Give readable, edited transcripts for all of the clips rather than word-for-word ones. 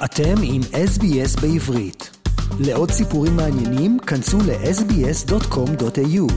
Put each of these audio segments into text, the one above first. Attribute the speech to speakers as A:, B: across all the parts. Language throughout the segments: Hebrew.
A: אתם עם SBS בעברית. לעוד סיפורים מעניינים, כנסו ל-sbs.com.au.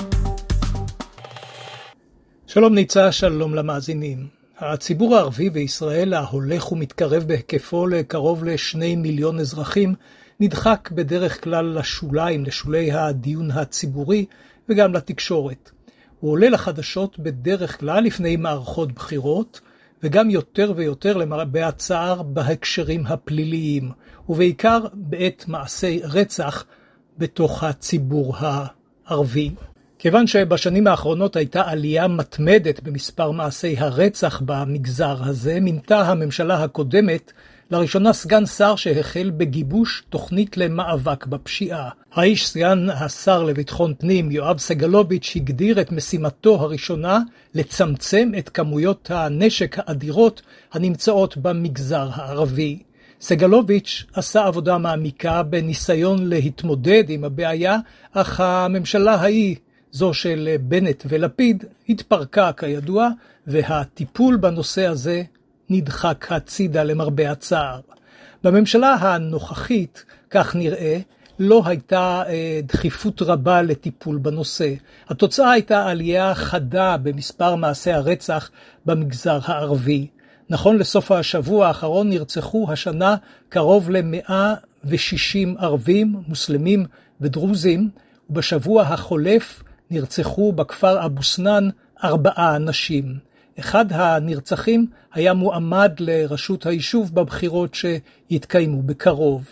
B: שלום ניצה, שלום למאזינים. הציבור הערבי בישראל ההולך ומתקרב בהיקפו לקרוב ל2 מיליון אזרחים, נדחק בדרך כלל לשוליים, לשולי הדיון הציבורי וגם לתקשורת. הוא עולה לחדשות בדרך כלל לפני מערכות בחירות, וגם יותר ויותר למרבה הצער בהקשרים הפליליים, ובעיקר בעת מעשי רצח בתוך הציבור הערבי. כיוון שבשנים האחרונות הייתה עלייה מתמדת במספר מעשי הרצח במגזר הזה, מינתה הממשלה הקודמת לראשונה סגן שר שהחל בגיבוש תוכנית למאבק בפשיעה. האיש סגן השר לביטחון פנים יואב סגלוביץ' הגדיר את משימתו הראשונה לצמצם את כמויות הנשק האדירות הנמצאות במגזר הערבי. סגלוביץ' עשה עבודה מעמיקה בניסיון להתמודד עם הבעיה, אך הממשלה ההיא, זו של בנט ולפיד, התפרקה כידוע, והטיפול בנושא הזה נדחק הצידה למרבה הצער. בממשלה הנוכחית, כך נראה, לא הייתה דחיפות רבה לטיפול בנושא. התוצאה הייתה עלייה חדה במספר מעשי הרצח במגזר הערבי. נכון לסוף השבוע האחרון נרצחו השנה קרוב ל160 ערבים, מוסלמים ודרוזים, ובשבוע החולף נרצחו בכפר אבו סנאן 4 אנשים. אחד הנרצחים היה מועמד לראשות היישוב בבחירות שיתקיימו בקרוב.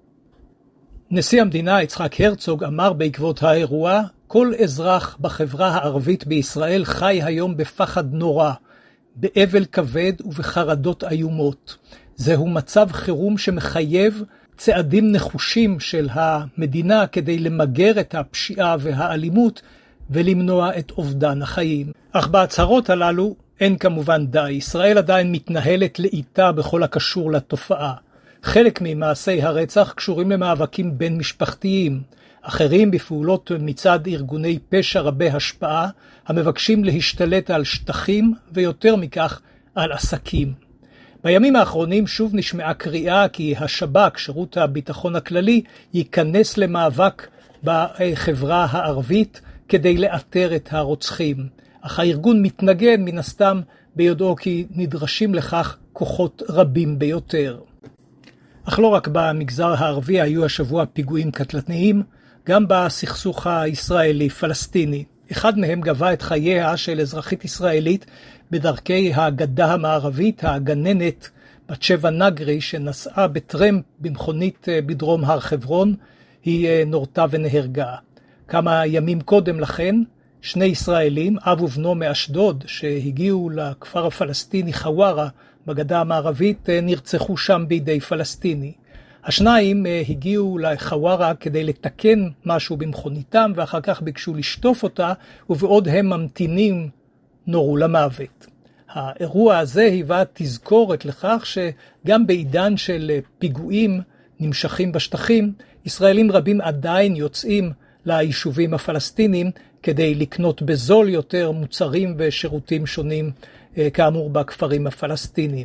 B: נשיא המדינה יצחק הרצוג אמר בעקבות האירוע, כל אזרח בחברה הערבית בישראל חי היום בפחד נורא, באבל כבד ובחרדות איומות. זהו מצב חירום שמחייב צעדים נחושים של המדינה כדי למגר את הפשיעה והאלימות ולמנוע את אובדן החיים. אך בהצהרות הללו אין כמובן די. ישראל עדיין מתנהלת לאיטה בכל הקשור לתופעה. חלק ממעשי הרצח קשורים למאבקים בין משפחתיים, אחרים בפעולות מצד ארגוני פשע רבי השפעה המבקשים להשתלט על שטחים ויותר מכך על עסקים. בימים האחרונים שוב נשמעה קריאה כי השב"כ, שירות הביטחון הכללי, ייכנס למאבק בחברה הערבית כדי לאתר את הרוצחים. אך הארגון מתנגד מן הסתם ביודעו כי נדרשים לכך כוחות רבים ביותר. אך לא רק במגזר הערבי היו השבוע פיגועים קטלניים, גם בסכסוך הישראלי-פלסטיני. אחד מהם גבה את חייה של אזרחית ישראלית בדרכי הגדה המערבית, הגננת בת שבע נגרי שנסעה בטרמפ במכונית בדרום הר חברון, היא נורתה ונהרגה. כמה ימים קודם לכן, 2 ישראלים, אב ובנו מאשדוד, שהגיעו לכפר הפלסטיני חווארה בגדה המערבית, נרצחו שם בידי פלסטיני. השניים הגיעו לחווארה כדי לתקן משהו במכוניתם, ואחר כך ביקשו לשטוף אותה, ובעוד הם ממתינים נורו למוות. האירוע הזה היווה תזכורת לכך שגם בעידן של פיגועים נמשכים בשטחים, ישראלים רבים עדיין יוצאים ליישובים הפלסטינים כדי לקנות בזול יותר מוצרים ושירותים שונים כאמור בכפרים הפלסטינים.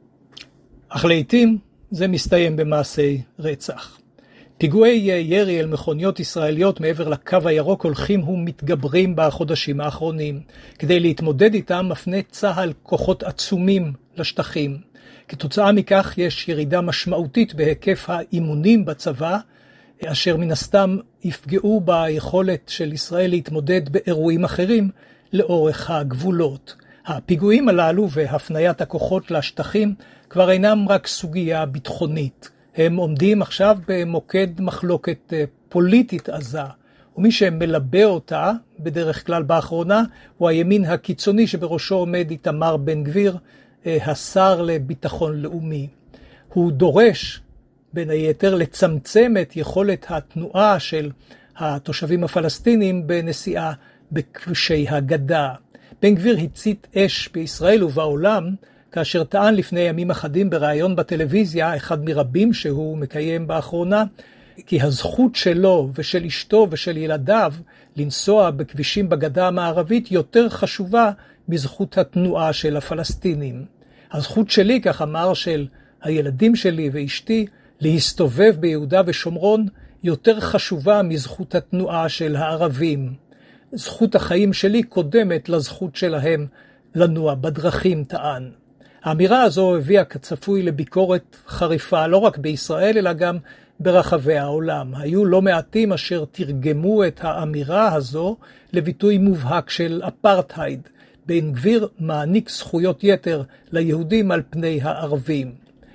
B: אך לעתים זה מסתיים במעשי רצח. פיגועי ירי אל מכוניות ישראליות מעבר לקו הירוק הולכים ומתגברים בחודשים האחרונים. כדי להתמודד איתם מפנה צה"ל כוחות עצומים לשטחים. כתוצאה מכך יש ירידה משמעותית בהיקף האימונים בצבא, אשר מן הסתם יפגעו ביכולת של ישראל להתמודד באירועים אחרים לאורך הגבולות. הפיגועים הללו והפניית הכוחות לשטחים כבר אינם רק סוגיה ביטחונית. הם עומדים עכשיו במוקד מחלוקת פוליטית עזה, ומי שמלבה אותה בדרך כלל באחרונה הוא הימין הקיצוני שבראשו עומד איתמר בן גביר, השר לביטחון לאומי. הוא דורש בין היתר לצמצם את יכולת התנועה של התושבים הפלסטינים בנסיעה בכבישי הגדה. בן גביר הצית אש בישראל ובעולם, כאשר טען לפני ימים אחדים בראיון בטלוויזיה, אחד מרבים שהוא מקיים באחרונה, כי הזכות שלו ושל אשתו ושל ילדיו לנסוע בכבישים בגדה המערבית יותר חשובה מזכות התנועה של הפלסטינים. הזכות שלי, כך אמר, של הילדים שלי ואשתי, להסתובב ביהודה ושומרון יותר חשובה מזכות התנועה של הערבים. זכות החיים שלי קודמת לזכות שלהם לנוע בדרכים, טען. האמירה הזו הביאה כצפוי לביקורת חריפה לא רק בישראל אלא גם ברחבי העולם. היו לא מעטים אשר תרגמו את האמירה הזו לביטוי מובהק של אפרטהייד. בן גביר מעניק זכויות יתר ליהודים על פני הערבים.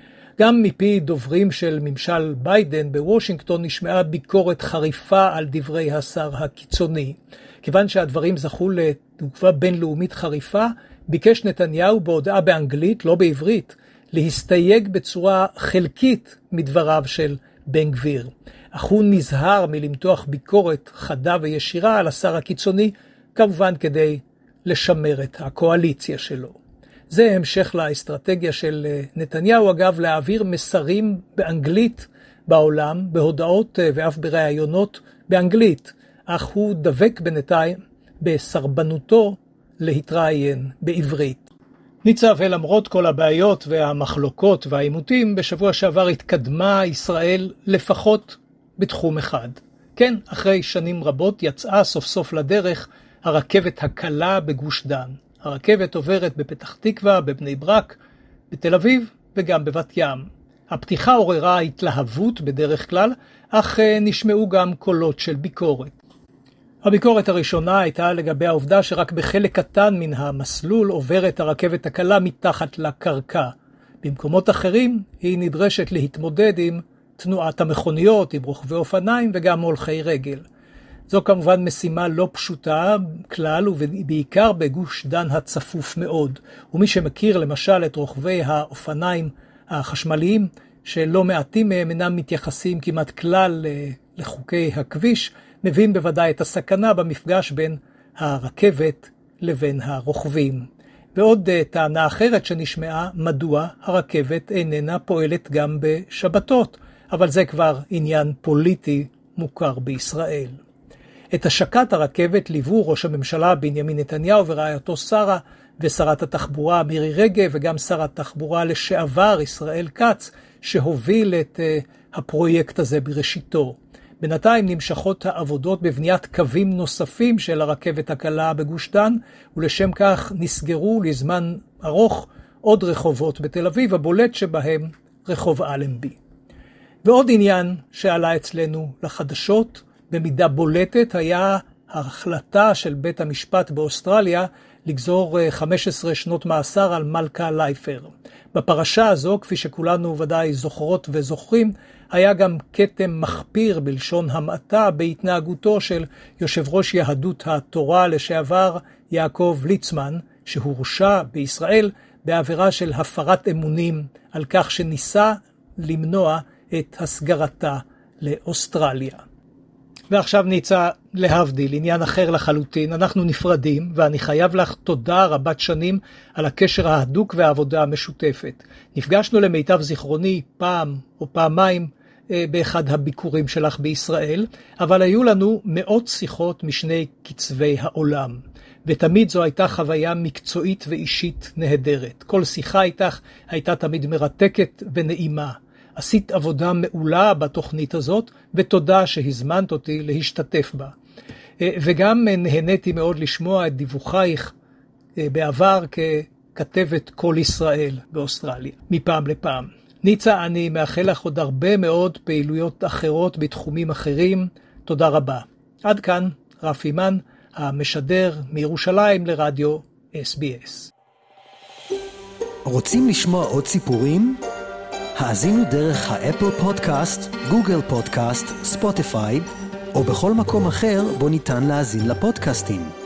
B: גם מפי דוברים של ממשל ביידן בוושינגטון נשמעה ביקורת חריפה על דברי השר הקיצוני. כיוון שהדברים זכו לתגובה בינלאומית חריפה, ביקש נתניהו בהודעה באנגלית, לא בעברית, להסתייג בצורה חלקית מדבריו של בן גביר. אך הוא נזהר מלמתוח ביקורת חדה וישירה על השר הקיצוני, כמובן כדי לשמר את הקואליציה שלו. זה המשך לאסטרטגיה של נתניהו, אגב, להעביר מסרים באנגלית בעולם, בהודעות ואף בראיונות באנגלית, אך הוא דבק בינתיים בסרבנותו להתראיין בעברית. ניצה, ולמרות כל הבעיות והמחלוקות והעימותים, בשבוע שעבר התקדמה ישראל לפחות בתחום אחד. כן, אחרי שנים רבות יצאה סוף סוף לדרך הרכבת הקלה בגוש דן. הרכבת עוברת בפתח תקווה, בבני ברק, בתל אביב וגם בבת ים. הפתיחה עוררה התלהבות בדרך כלל, אך נשמעו גם קולות של ביקורת. הביקורת הראשונה הייתה לגבי העובדה שרק בחלק קטן מן המסלול עוברת הרכבת הקלה מתחת לקרקע. במקומות אחרים היא נדרשת להתמודד עם תנועת המכוניות, עם רוכבי אופניים וגם הולכי רגל. זו כמובן משימה לא פשוטה כלל ובעיקר בגוש דן הצפוף מאוד. ומי שמכיר למשל את רוכבי האופניים החשמליים, שלא מעטים מהם אינם מתייחסים כמעט כלל לחוקי הכביש, מבין בוודאי את הסכנה במפגש בין הרכבת לבין הרוכבים. ועוד טענה אחרת שנשמעה, מדוע הרכבת איננה פועלת גם בשבתות, אבל זה כבר עניין פוליטי מוכר בישראל. את השקת הרכבת ליוו ראש הממשלה בנימין נתניהו ורעייתו שרה ושרת התחבורה מירי רגב וגם שר התחבורה לשעבר ישראל כץ, שהוביל את הפרויקט הזה בראשיתו. בינתיים נמשכות העבודות בבניית קווים נוספים של הרכבת הקלה בגוש דן, ולשם כך נסגרו לזמן ארוך עוד רחובות בתל אביב, הבולט שבהם רחוב אלנבי. ועוד עניין שעלה אצלנו לחדשות, במידה בולטת, היה ההחלטה של בית המשפט באוסטרליה לגזור 15 שנות מאסר על מלכה לייפר. בפרשה הזו, כפי שכולנו ודאי זוכרות וזוכרים, היה גם כתם מחפיר בלשון המעטה בהתנהגותו של יושב ראש יהדות התורה לשעבר יעקב ליצמן, שהורשע בישראל בעבירה של הפרת אמונים על כך שניסה למנוע את הסגרתה לאוסטרליה. ועכשיו ניצה, להבדיל, עניין אחר לחלוטין, אנחנו נפרדים ואני חייב לך תודה רבת שנים על הקשר ההדוק והעבודה המשותפת. נפגשנו למיטב זיכרוני פעם או פעמיים באחד הביקורים שלך בישראל, אבל היו לנו מאות שיחות משני קצווי העולם, ותמיד זו הייתה חוויה מקצועית ואישית נהדרת. כל שיחה איתך הייתה תמיד מרתקת ונעימה. עשית עבודה מעולה בתוכנית הזאת, ותודה שהזמנת אותי להשתתף בה. וגם נהניתי מאוד לשמוע את דיווחייך בעבר ככתבת כל ישראל באוסטרליה, מפעם לפעם. ניצה, אני מאחל לך עוד הרבה מאוד פעילויות אחרות בתחומים אחרים. תודה רבה. עד כאן רפי מן, המשדר מירושלים לרדיו SBS.
A: רוצים לשמוע עוד סיפורים? האזינו דרך האפל פודקאסט, גוגל פודקאסט, ספוטיפיי, או בכל מקום אחר בו ניתן להאזין לפודקאסטים.